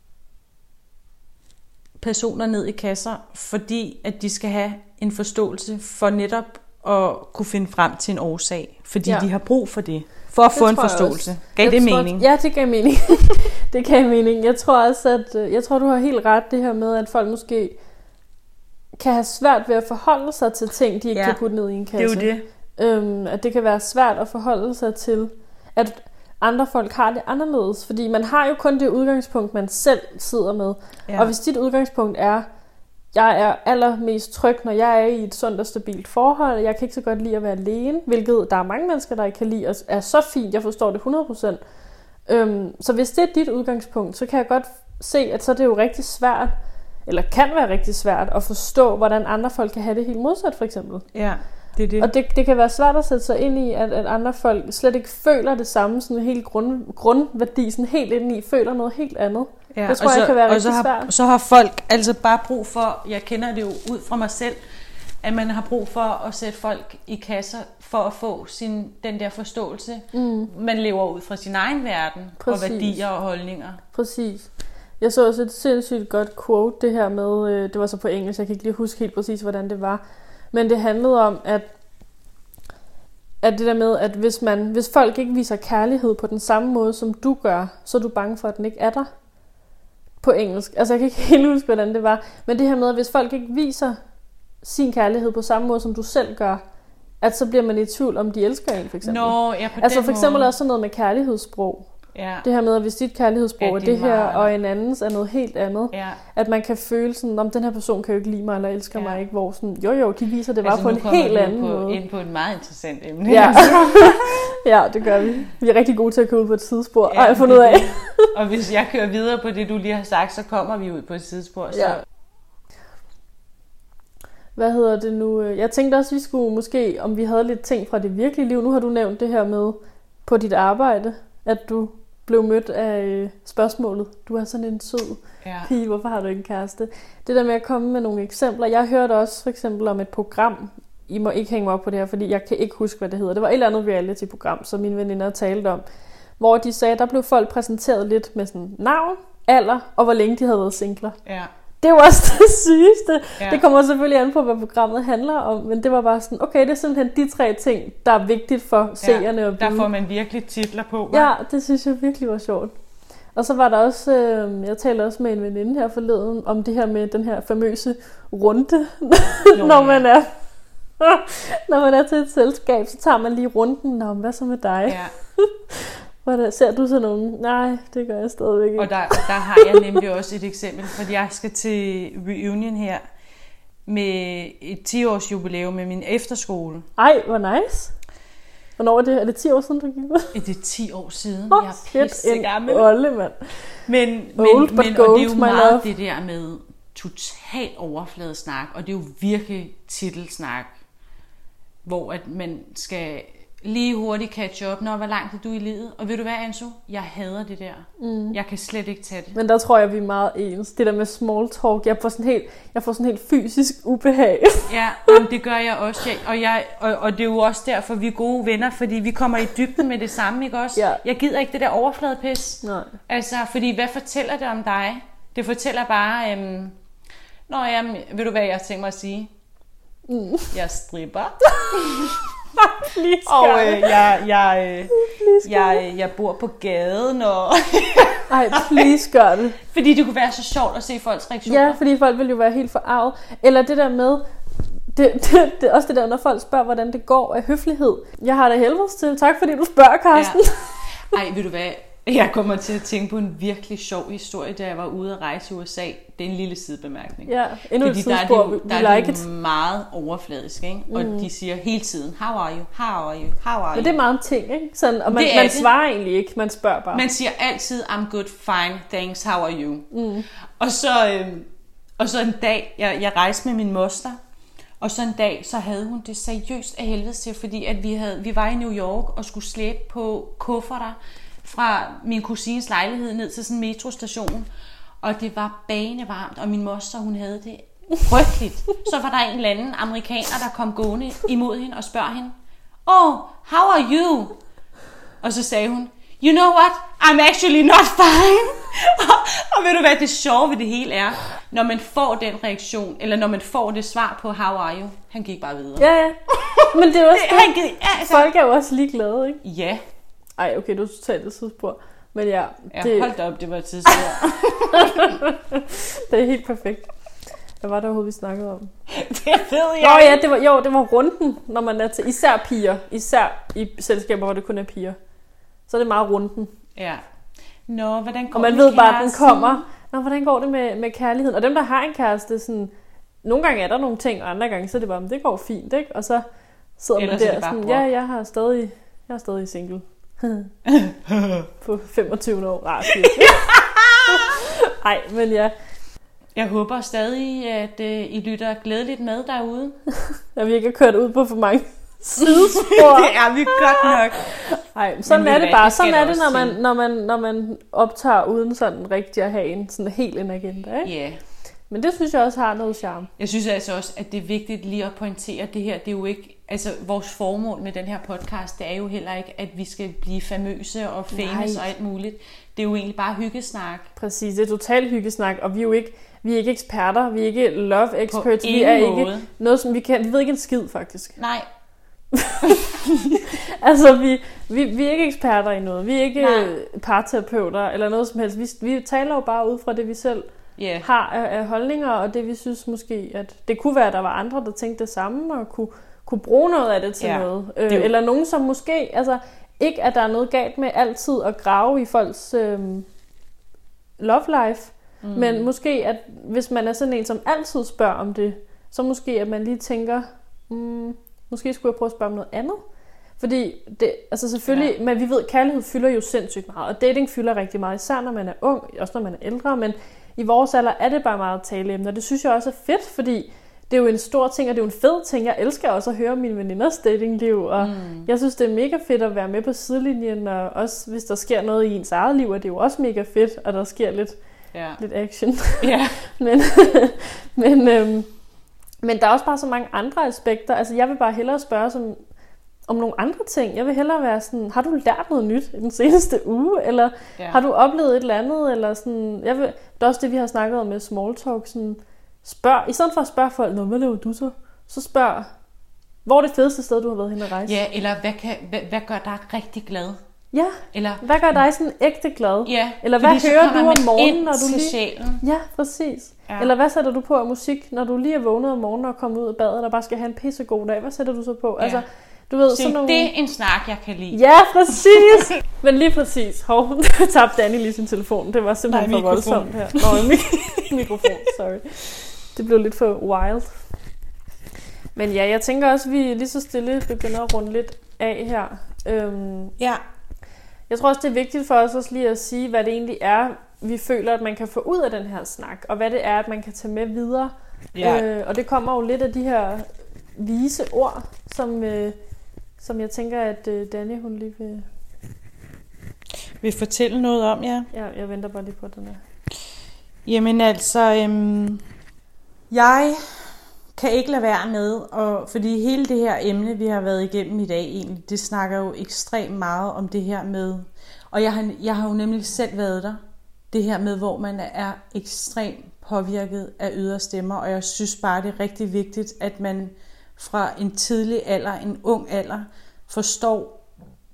personer ned i kasser, fordi at de skal have en forståelse for netop at kunne finde frem til en årsag. Fordi ja. de har brug for det, for at det få en forståelse. Gav jeg det tror, mening? Ja, det gav mening. det gav mening. Jeg tror også, at jeg tror, du har helt ret det her med, at folk måske kan have svært ved at forholde sig til ting, de ikke ja, kan putte ned i en kasse. Det er jo det. Øhm, at det kan være svært at forholde sig til, at andre folk har det anderledes, fordi man har jo kun det udgangspunkt, man selv sidder med. Ja. Og hvis dit udgangspunkt er, jeg er allermest tryg, når jeg er i et sundt og stabilt forhold, jeg kan ikke så godt lide at være alene, hvilket der er mange mennesker, der ikke kan lide, og er så fint, jeg forstår det hundrede procent. Øhm, så hvis det er dit udgangspunkt, så kan jeg godt se, at så er det jo rigtig svært, eller kan være rigtig svært at forstå, hvordan andre folk kan have det helt modsat, for eksempel. Ja. Det er det. Og det, det kan være svært at sætte sig ind i, at, at andre folk slet ikke føler det samme, sådan en helt grund, grundværdi, sådan helt ind i, føler noget helt andet. Ja, det tror jeg så, kan være rigtig så har, svært. Så har folk altså bare brug for, jeg kender det jo ud fra mig selv, at man har brug for at sætte folk i kasser, for at få sin, den der forståelse. Mm. Man lever ud fra sin egen verden, Præcis. Og værdier og holdninger. Præcis. Jeg så også et sindssygt godt quote, det her med, øh, det var så på engelsk, jeg kan ikke lige huske helt præcis, hvordan det var. Men det handlede om, at, at det der med, at hvis, man, hvis folk ikke viser kærlighed på den samme måde, som du gør, så er du bange for, at den ikke er der. På engelsk. Altså jeg kan ikke helt huske, hvordan det var. Men det her med, at hvis folk ikke viser sin kærlighed på samme måde, som du selv gør, at så bliver man i tvivl, om de elsker en, for eksempel. Nå, ja, på altså den for eksempel måde. også sådan noget med kærlighedssprog. Ja. Det her med, at hvis dit kærlighedssprog ja, er det, det her, meget... og en andens er noget helt andet, ja. At man kan føle sådan, om den her person kan jo ikke lide mig, eller elsker ja. mig ikke, hvor sådan, jo jo, de viser det bare altså, på en helt anden på, måde. ind på et meget interessant emne. Ja. Ja, det gør vi. Vi er rigtig gode til at køre ud på et sidespor, ja, har jeg fundet ud af. Og hvis jeg kører videre på det, du lige har sagt, så kommer vi ud på et sidespor. Så... Ja. Hvad hedder det nu? Jeg tænkte også, vi skulle måske, om vi havde lidt ting fra det virkelige liv. Nu har du nævnt det her med på dit arbejde, at du blev mødt af spørgsmålet. Du er sådan en sød ja. pige, hvorfor har du ikke en kæreste? Det der med at komme med nogle eksempler. Jeg hørte også for eksempel om et program. I må ikke hænge mig op på det her, fordi jeg kan ikke huske, hvad det hedder. Det var et eller andet reality-program, som mine veninder talte om. Hvor de sagde, at der blev folk præsenteret lidt med sådan navn, alder og hvor længe de havde været singler. Ja. Det var også det sygeste. Ja. Det kommer selvfølgelig an på, hvad programmet handler om, men det var bare sådan, okay, det er simpelthen de tre ting, der er vigtigt for seerne. Ja, at der får man virkelig titler på. Hva? Ja, det synes jeg virkelig var sjovt. Og så var der også, øh, jeg talte også med en veninde her forleden, om det her med den her famøse runde, Nå, når man er når man er til et selskab, så tager man lige runden. Nå, hvad så med dig? Ja. Hvordan, ser du sådan nogen? Nej, det gør jeg stadigvæk ikke. Og der, der har jeg nemlig også et eksempel, fordi jeg skal til reunion her med et ti års jubilæum med min efterskole. Ej, hvor nice. Hvornår er det? Er det ti år siden, du gik ud? Det er ti år siden. Oh, jeg er pissegammel. Olle, mand. Men, men, Old, men gold, og det er jo meget love. det der med totalt overfladesnak, og det er jo virkelig titelsnak, hvor at man skal lige hurtigt catch up, når hvor langt er du i livet. Og ved du hvad, Anso? Jeg hader det der. Mm. Jeg kan slet ikke tage det. Men der tror jeg, vi er meget ens. Det der med small talk, jeg får sådan helt, jeg får sådan helt fysisk ubehag. Ja, jamen, det gør jeg også. Jeg, og, jeg, og, og det er jo også derfor, vi er gode venner, fordi vi kommer i dybden med det samme, ikke også? Ja. Jeg gider ikke det der overfladepis. Nej. Altså, fordi hvad fortæller det om dig? Det fortæller bare, øhm, nå jamen, ved du hvad jeg tænker mig at sige? Mm. Jeg stripper. Og øh, jeg, jeg, øh, jeg, jeg bor på gaden og... Ej, please gør det. Fordi det kunne være så sjovt at se folks reaktioner. Ja, fordi folk vil jo være helt forarvet. Eller det der med, det, det, det, også det der, når folk spørger, hvordan det går af høflighed. Jeg har da helvedes til. Tak fordi du spørger, Karsten. Ja. Ej, ved du hvad? Jeg kommer til at tænke på en virkelig sjov historie, da jeg var ude at rejse i U S A. Det er en lille sidebemærkning. Ja, endnu et sidespor, der er det jo, der er like det jo meget overfladisk, ikke? Og mm. de siger hele tiden, how are you, how are you, how are you. Men det er meget en ting, ikke? Sådan, og man, man svarer egentlig ikke, man spørger bare. Man siger altid, I'm good, fine, thanks, how are you. Mm. Og, så, øh, og så en dag, jeg, jeg rejste med min moster, og så en dag, så havde hun det seriøst af helvede til, fordi at vi, havde, vi var i New York og skulle slæbe på kufferter fra min kusines lejlighed ned til sådan en metrostation. Og det var banevarmt, og min moster, hun havde det frygteligt. Så var der en eller anden amerikaner, der kom gående imod hende og spørger hende, oh, how are you? Og så sagde hun, you know what, I'm actually not fine. og, og ved du hvad, det sjove ved det hele er, når man får den reaktion, eller når man får det svar på, how are you, han gik bare videre. Ja, ja. Men det er også det. Han gik, altså, folk er jo også ligeglade, ikke? Ja. Ej, okay, du totalt et sidespor. Men ja, ja det... hold da op, det var et tidspunkt. Det er helt perfekt. Hvad var det overhovedet, vi snakkede om? Det ved jeg. Nå ja, det var, jo, det var runden, når man er til især piger. Især i selskaber, hvor det kun er piger. Så er det meget runden. Ja. Nå, hvordan går og man ved bare, at den kommer. Nå, hvordan går det med, med kærligheden? Og dem, der har en kæreste, sådan... Nogle gange er der nogle ting, og andre gange, så er det bare, det går fint, ikke? Og så sidder ellers man der sådan, ja, jeg har stadig, jeg er stadig single. På femogtyve år. Ej, men ja. Jeg håber stadig, at øh, I lytter glædeligt med derude. At vi ikke har kørt ud på for mange sidespor. Det er vi godt nok. Nej, sådan er det bare. Sådan er det, når man, når, man, når man optager uden sådan rigtig at have en sådan helt en agenda, ikke? Ja. Yeah. Men det synes jeg også har noget charme. Jeg synes altså også, at det er vigtigt lige at pointere det her. Det er jo ikke, altså vores formål med den her podcast, det er jo heller ikke, at vi skal blive famøse og famous Nej. Og alt muligt. Det er jo egentlig bare hyggesnak. Præcis, det er totalt hyggesnak, og vi er jo ikke, vi er ikke eksperter, vi er ikke love experts, vi er måde. Ikke noget, som vi kan, vi ved ikke en skid faktisk. Nej. altså, vi, vi, vi er ikke eksperter i noget, vi er ikke Nej. Parterapeuter eller noget som helst. Vi, vi taler jo bare ud fra det, vi selv yeah. har af, af holdninger, og det vi synes måske, at det kunne være, at der var andre, der tænkte det samme, og kunne, kunne bruge noget af det til yeah. noget. Øh, det eller nogen, som måske, altså ikke at der er noget galt med altid at grave i folks øh, love life, mm. men måske, at hvis man er sådan en, som altid spørger om det, så måske, at man lige tænker, mm, måske skulle jeg prøve at spørge om noget andet. Fordi, det, altså selvfølgelig, ja. Men vi ved, at kærlighed fylder jo sindssygt meget, og dating fylder rigtig meget, især når man er ung, også når man er ældre, men i vores alder er det bare meget taleemne, og det synes jeg også er fedt, fordi det er jo en stor ting, og det er jo en fed ting. Jeg elsker også at høre mine veninders datingliv, og mm. jeg synes, det er mega fedt at være med på sidelinjen, og også hvis der sker noget i ens eget liv, er det jo også mega fedt, og der sker lidt, ja. lidt action. Ja. men, men, øhm, men der er også bare så mange andre aspekter. Altså jeg vil bare hellere spørge som, om nogle andre ting. Jeg vil hellere være sådan, har du lært noget nyt i den seneste uge, eller ja. Har du oplevet et eller andet, eller sådan, jeg vil, det er også det, vi har snakket om med small talk, sådan, spørg, i stedet for at spørge folk, hvad laver du så? Så spørg, hvor er det fedeste sted, du har været hen at rejse? Ja, eller hvad, kan, hvad, hvad gør dig rigtig glad? Ja, eller hvad gør dig sådan ægte glad? Ja, eller hvad hører du om morgenen, når du lige... sjælen. Ja, præcis. Ja. Eller hvad sætter du på af musik, når du lige er vågnet om morgenen og kommet ud af badet, og bare skal have en pissegod dag? Hvad sætter du så på? Ja. Altså, du ved, sådan nogle... det er en snak, jeg kan lide. Ja, præcis. Men lige præcis. Hov, nu tabte Danny lige sin telefon. Det var simpelthen Nej, for voldsomt her. Nå, mik- mikrofon, sorry. Det blev lidt for wild. Men ja, jeg tænker også, at vi lige så stille begynder at runde lidt af her. Øhm, ja. Jeg tror også, det er vigtigt for os også lige at sige, hvad det egentlig er, vi føler, at man kan få ud af den her snak. Og hvad det er, at man kan tage med videre. Ja. Øh, og det kommer jo lidt af de her vise ord, som, øh, som jeg tænker, at øh, Danny, hun lige vil... Vil fortælle noget om, ja. Ja, jeg venter bare lige på den her. Jamen altså... Øhm Jeg kan ikke lade være med, og, fordi hele det her emne, vi har været igennem i dag, egentlig, det snakker jo ekstremt meget om det her med, og jeg har, jeg har jo nemlig selv været der, det her med, hvor man er ekstremt påvirket af ydre stemmer, og jeg synes bare, det er rigtig vigtigt, at man fra en tidlig alder, en ung alder, forstår,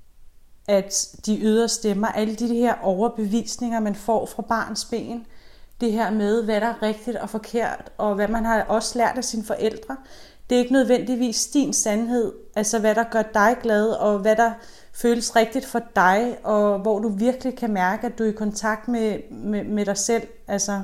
at de ydre stemmer, alle de her overbevisninger, man får fra barns ben, det her med, hvad der er rigtigt og forkert, og hvad man har også lært af sine forældre. Det er ikke nødvendigvis din sandhed, altså hvad der gør dig glad, og hvad der føles rigtigt for dig, og hvor du virkelig kan mærke, at du er i kontakt med, med, med dig selv. Altså,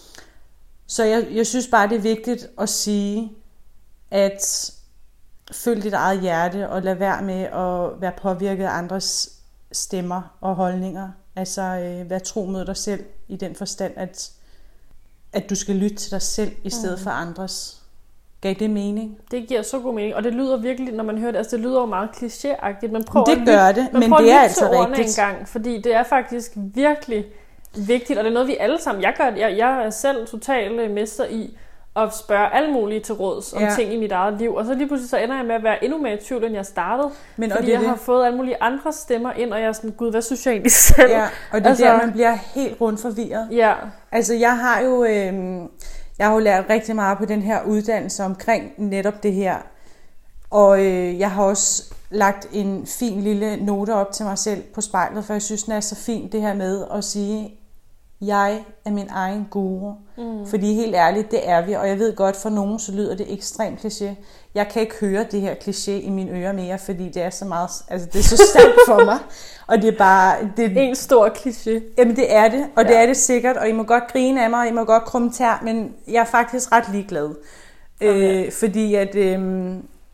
så jeg, jeg synes bare, det er vigtigt at sige, at følg dit eget hjerte, og lad være med at være påvirket af andres stemmer og holdninger. Altså, øh, vær tro mod dig selv i den forstand, at at du skal lytte til dig selv i stedet mm. for andres. Gav det mening? Det giver så god mening, og det lyder virkelig, når man hører det, altså det lyder jo meget klichéagtigt. Man prøver det gør at lytte, det, men det er altså rigtigt. En gang, fordi det er faktisk virkelig vigtigt, og det er noget, vi alle sammen, jeg gør, jeg, jeg er selv totalt mester i at spørge alle mulige til råds om ja. ting i mit eget liv, og så lige pludselig så ender jeg med at være endnu mere i tvivl, end jeg startede, men, fordi jeg det. har fået alle mulige andre stemmer ind, og jeg er sådan, gud, hvad synes jeg egentlig selv? Ja, og det er altså, der, man bliver helt rundt forvirret. Ja. Altså, jeg har jo, øh, jeg har jo lært rigtig meget på den her uddannelse omkring netop det her, og øh, jeg har også lagt en fin lille note op til mig selv på spejlet, for jeg synes, den er så fint, det her med at sige, jeg er min egen guru. Mm. Fordi helt ærligt, det er vi. Og jeg ved godt, for nogen så lyder det ekstremt kliché. Jeg kan ikke høre det her kliché i mine ører mere, fordi det er så meget, altså det er så stærkt for mig. Og det er bare... Det, en stor kliché. Jamen det er det, og ja. det er det sikkert. Og I må godt grine af mig, og I må godt krumme tær, men jeg er faktisk ret ligeglad. Okay. Øh, fordi at... Øh,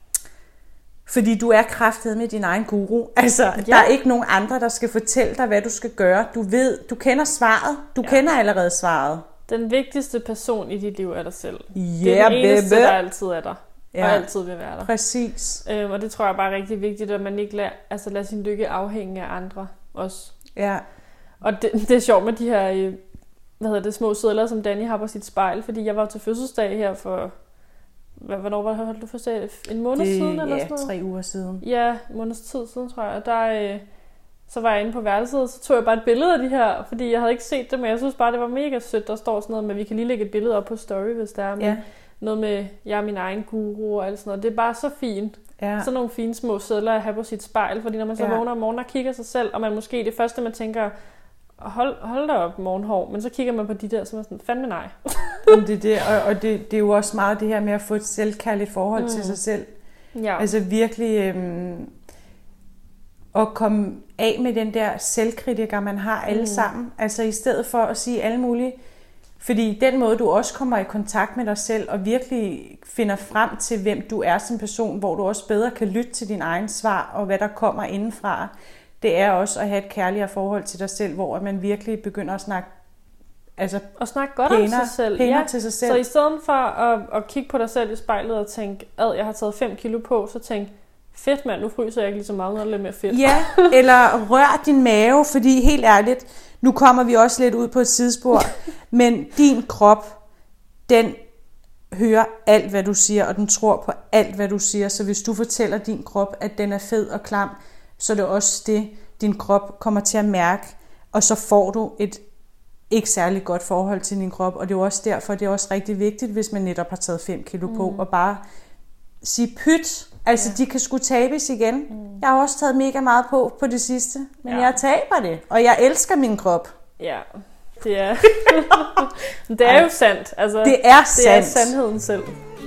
Fordi du er kraftet med din egen guru. Altså, ja. der er ikke nogen andre, der skal fortælle dig, hvad du skal gøre. Du ved, du kender svaret. Du ja. kender allerede svaret. Den vigtigste person i dit liv er dig selv. Yeah, det er den eneste, baby. der altid er der. Ja. Og altid vil være der. Præcis. Øhm, og det tror jeg bare er rigtig vigtigt, at man ikke lader, altså lader sin lykke afhænge af andre også. Ja. Og det, det er sjovt med de her øh, hvad hedder det, små sedler, som Danny har på sit spejl, fordi jeg var til fødselsdag her for, hvad, hvornår var det, holdt du fødselsdag? En måned det, siden eller ja, sådan noget? tre uger siden. Ja, en måneds tid siden, tror jeg. Og der, øh, så var jeg inde på værelset, og så tog jeg bare et billede af de her, fordi jeg havde ikke set det, men jeg synes bare, det var mega sødt. Der står sådan noget med, at vi kan lige lægge et billede op på story, hvis der er med. Ja. Noget med, jeg er min egen guru og alt sådan noget. Det er bare så fint. Ja. Sådan nogle fine små sedler at have på sit spejl, fordi når man så Ja. vågner om morgenen og kigger sig selv, og man måske det første, man tænker, hold, hold da op morgenhår, men så kigger man på de der, som er sådan, fandme nej. Jamen, det er det, og, og det, det er jo også meget det her med at få et selvkærligt forhold mm. til sig selv. Ja. Altså virkelig øhm, at komme af med den der selvkritiker, man har alle mm. sammen. Altså i stedet for at sige alle mulige. Fordi den måde, du også kommer i kontakt med dig selv, og virkelig finder frem til, hvem du er som person, hvor du også bedre kan lytte til din egen svar, og hvad der kommer indenfra, det er også at have et kærligere forhold til dig selv, hvor man virkelig begynder at snakke altså og snakke godt pæner, om sig selv. Pæner Ja. til sig selv. Så i stedet for at, at kigge på dig selv i spejlet og tænke, ad, jeg har taget fem kilo på, så tænk, fedt mand, nu fryser jeg ikke lige så meget, når det er lidt mere fedt. Ja, eller rør din mave, fordi helt ærligt, nu kommer vi også lidt ud på et sidespor, men din krop, den hører alt, hvad du siger, og den tror på alt, hvad du siger. Så hvis du fortæller din krop, at den er fed og klam, så er det også det, din krop kommer til at mærke, og så får du et ikke særlig godt forhold til din krop, og det er også derfor, det er også rigtig vigtigt, hvis man netop har taget fem kilo på, mm. og bare sige pyt. Altså, ja. De kan sgu tabes igen. Mm. Jeg har også taget mega meget på på det sidste, men ja. Jeg taber det, og jeg elsker min krop. Ja, det er, det er jo sandt. Altså, det er sandt. Det er sandheden selv.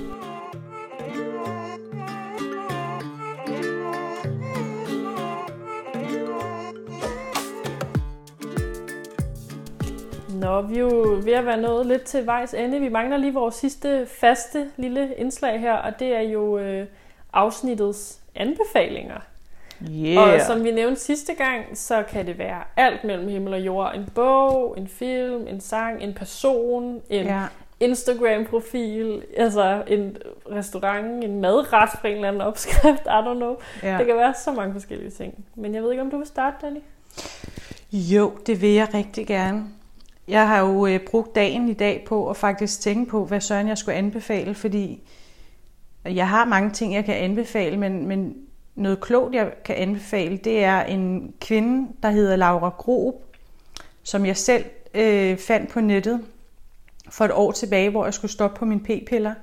Nå, vi er jo ved at være nået lidt til vejs ende. Vi mangler lige vores sidste faste lille indslag her, og det er jo øh, afsnittets anbefalinger. Yeah. Og som vi nævnte sidste gang, så kan det være alt mellem himmel og jord. En bog, en film, en sang, en person, en ja. Instagram-profil, altså en restaurant, en madret for en eller anden opskrift, I don't know. Ja. Det kan være så mange forskellige ting. Men jeg ved ikke, om du vil starte, Danny? Jo, det vil jeg rigtig gerne. Jeg har jo øh, brugt dagen i dag på at faktisk tænke på, hvad søren jeg skulle anbefale, fordi jeg har mange ting, jeg kan anbefale, men, men noget klogt, jeg kan anbefale, det er en kvinde, der hedder Laura Grob, som jeg selv øh, fandt på nettet for et år tilbage, hvor jeg skulle stoppe på mine p-piller,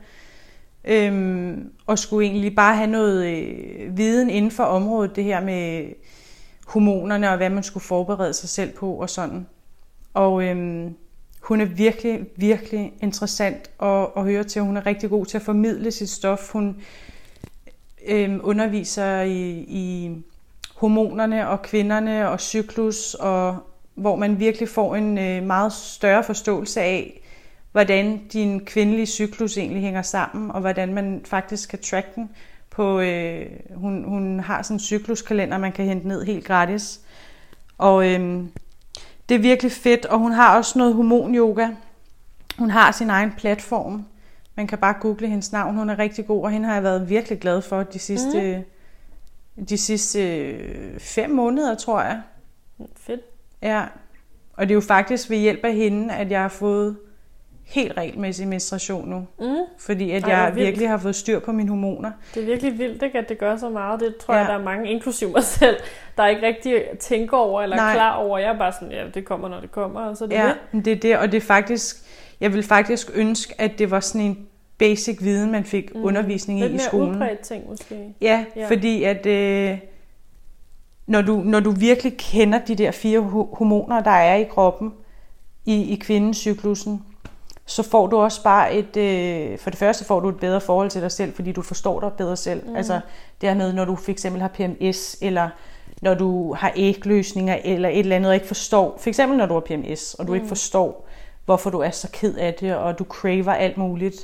øhm, og skulle egentlig bare have noget øh, viden inden for området, det her med hormonerne og hvad man skulle forberede sig selv på og sådan. Og øhm, hun er virkelig, virkelig interessant at, at høre til. Hun er rigtig god til at formidle sit stof. Hun øhm, underviser i, i hormonerne og kvinderne og cyklus, og hvor man virkelig får en øh, meget større forståelse af, hvordan din kvindelige cyklus egentlig hænger sammen, og hvordan man faktisk kan track den. På, øh, hun, hun har sådan en cykluskalender, man kan hente ned helt gratis. Og øh, det er virkelig fedt, og hun har også noget hormonyoga. Hun har sin egen platform. Man kan bare google hendes navn. Hun er rigtig god, og hende har jeg været virkelig glad for de sidste, mm. de sidste fem måneder, tror jeg. Fedt. Ja, og det er jo faktisk ved hjælp af hende, at jeg har fået helt regelmæssig menstruation nu. Mm. Fordi at Ej, jeg virkelig har fået styr på mine hormoner. Det er virkelig vildt, ikke, at det gør så meget. Det tror ja. jeg, der er mange, inklusive mig selv, der ikke rigtig tænker over eller er klar over. Jeg er bare sådan, ja, det kommer, når det kommer. Og så er det ja, det. det er det, og det er faktisk, jeg vil faktisk ønske, at det var sådan en basic viden, man fik mm. undervisning i i skolen. Lidt mere udbredt ting måske. Ja, ja. Fordi at øh, når, du, når du virkelig kender de der fire hormoner, der er i kroppen, i, i kvindecyklusen, så får du også bare et, øh, for det første får du et bedre forhold til dig selv, fordi du forstår dig bedre selv. Mm. Altså det her med, når du for eksempel har P M S, eller når du har ægløsninger, eller et eller andet, og ikke forstår, for eksempel når du har P M S, og du mm. ikke forstår, hvorfor du er så ked af det, og du craver alt muligt,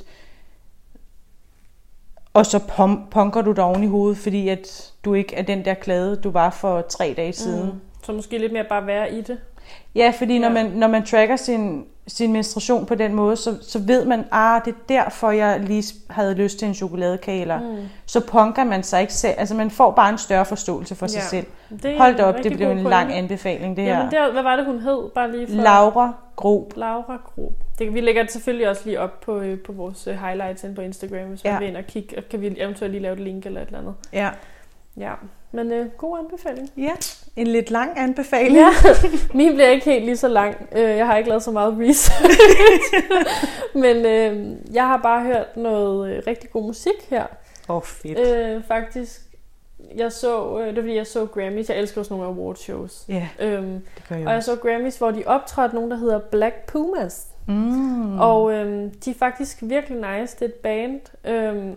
og så punker du dig oven i hovedet, fordi at du ikke er den der glade, du var for tre dage siden. Mm. Så måske lidt mere bare være i det. Ja, fordi når, Ja. man, når man tracker sin, sin menstruation på den måde, så, så ved man, ah, det er derfor, jeg lige havde lyst til en chokoladekage, eller mm. så punker man sig ikke selv. Altså, man får bare en større forståelse for sig Ja. selv. Det Hold da op, rigtig det blev god en pointe. lang anbefaling, det Jamen, her. det, hvad var det, hun hed? Bare lige for... Laura Grob. Laura Grob. Det, vi lægger det selvfølgelig også lige op på, øh, på vores øh, highlights ind på Instagram, hvis man Ja. vil ind og kigge. Og kan vi eventuelt lige lave et link eller et eller andet. Ja. Ja, men øh, god anbefaling. Ja, en lidt lang anbefaling. Ja, min bliver ikke helt lige så lang. Øh, Jeg har ikke lavet så meget research. Men øh, jeg har bare hørt noget øh, rigtig god musik her. Åh, oh, fedt. Øh, faktisk, jeg så, øh, det er fordi jeg så Grammys. Jeg elsker også nogle awardshows. Ja, Øhm, det gør jeg og jeg også. så Grammys, hvor de optrådte nogen, der hedder Black Pumas. Mm. Og øhm, de er faktisk virkelig nice. Det er et band. Øhm,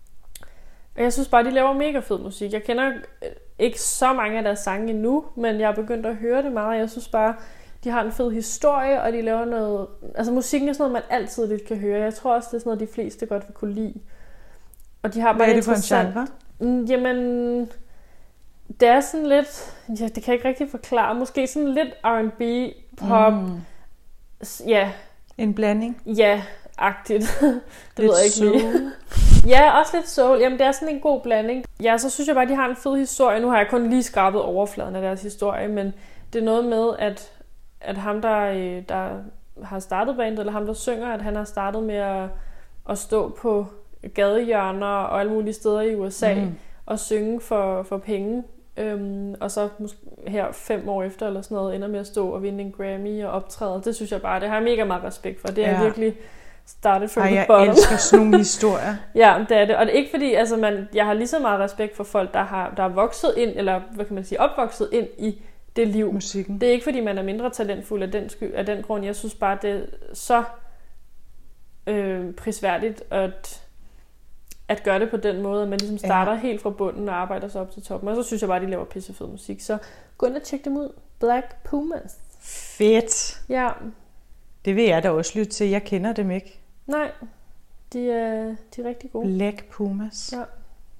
og jeg synes bare, de laver mega fed musik. Jeg kender øh, ikke så mange af deres sange endnu, men jeg har begyndt at høre det meget. Jeg synes bare, de har en fed historie, og de laver noget... Altså musikken er sådan noget, man altid lidt kan høre. Jeg tror også, det er sådan noget, de fleste godt vil kunne lide. Og de har Hvad bare er det for en interessant- genre? Mm, Jamen, det er sådan lidt... Ja, det kan jeg ikke rigtig forklare. Måske sådan lidt R and B, pop. Mm. S- Ja, En blanding? ja-agtigt. det ved Lidt jeg ikke lige. soul. Ja, også lidt soul. Jamen, det er sådan en god blanding. Ja, så synes jeg bare, de har en fed historie. Nu har jeg kun lige skrabet overfladen af deres historie, men det er noget med, at, at ham, der, øh, der har startet bandet, eller ham, der synger, at han har startet med at, at stå på gadehjørner og alle mulige steder i U S A Mm. og synge for, for penge. Øhm, og så måske her fem år efter eller sådan noget, ender med at stå og vinde en Grammy og optræde. Det synes jeg bare, det har jeg mega meget respekt for. Det er Ja. virkelig started from Ej, the jeg bottom. elsker sådan nogle historier. Ja, det er det. Og det er ikke fordi, altså man, jeg har lige så meget respekt for folk, der har der er vokset ind, eller hvad kan man sige, opvokset ind i det liv. Musikken. Det er ikke fordi, man er mindre talentfuld af den, sky, af den grund. Jeg synes bare, det er så øh, prisværdigt at, at gøre det på den måde, at man ligesom starter ja. helt fra bunden og arbejder sig op til toppen. Og så synes jeg bare, de laver pissefed musik. Så gå ind og tjek dem ud. Black Pumas. Fedt. Ja, Det vil jeg da også lytte til. Jeg kender dem ikke. nej. De er, de er rigtig gode. Black Pumas. Ja.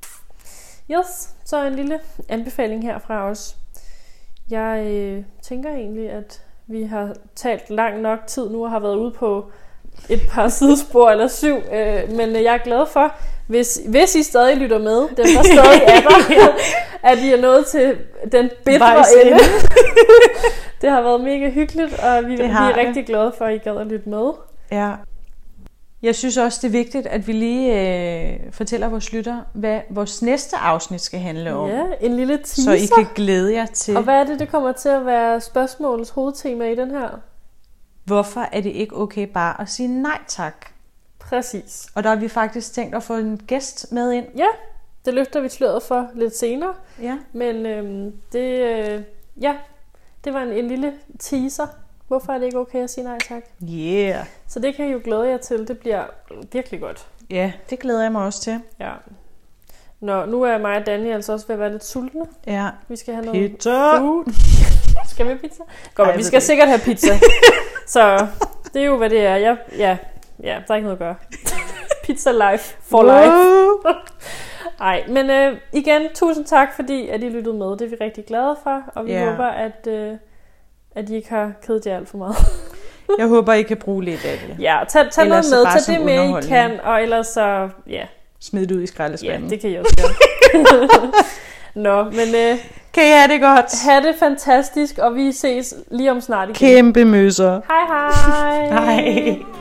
Yes, så en lille anbefaling her fra os. Jeg øh, tænker egentlig, at vi har talt lang nok tid nu og har været ude på et par sidespor eller syv, øh, men jeg er glad for, hvis, hvis I stadig lytter med, dem der stadig er der, at I er nået til den bitre Vejs ende. ende. Det har været mega hyggeligt, og vi, vi har er det. rigtig glade for, at I gad at lytte med. Ja. Jeg synes også, det er vigtigt, at vi lige øh, fortæller vores lytter, hvad vores næste afsnit skal handle om. Ja, en lille teaser. Så I kan glæde jer til, Og hvad er det, det kommer til at være spørgsmålets hovedtema i den her? hvorfor er det ikke okay bare at sige nej tak? Præcis. Og der har vi faktisk tænkt at få en gæst med ind. Ja, det løfter vi sløret for lidt senere. Ja. Men øhm, det, øh, ja, det var en, en lille teaser. Hvorfor er det ikke okay at sige nej tak? Yeah. Så det kan I jo glæde jer til. Det bliver virkelig godt. Ja, det glæder jeg mig også til. Ja. Nå, nu er mig og Danny altså også ved at være lidt sultne. Ja. Vi skal have noget Pizza! food. Skal vi have pizza? Godt, Ej, vi jeg skal ved sikkert have pizza. Så det er jo, hvad det er. Jeg, ja, ja, der er ikke noget at gøre. Pizza life for life. Nej, men øh, igen, tusind tak, fordi at I lyttede med. Det er vi rigtig glade for, og vi Ja. håber, at, øh, at I ikke har kedet jer alt for meget. Jeg håber, I kan bruge lidt af det. Ja, tag, tag noget Ellers så med, bare tag som det med, I underholdning. kan, og ellers så, ja, Smid det ud i ja skraldespanden. det kan I også gøre. Nå, men øh, Kan I have det godt? have det fantastisk, og vi ses lige om snart igen. Kæmpe møsser. Hej hej! Hej.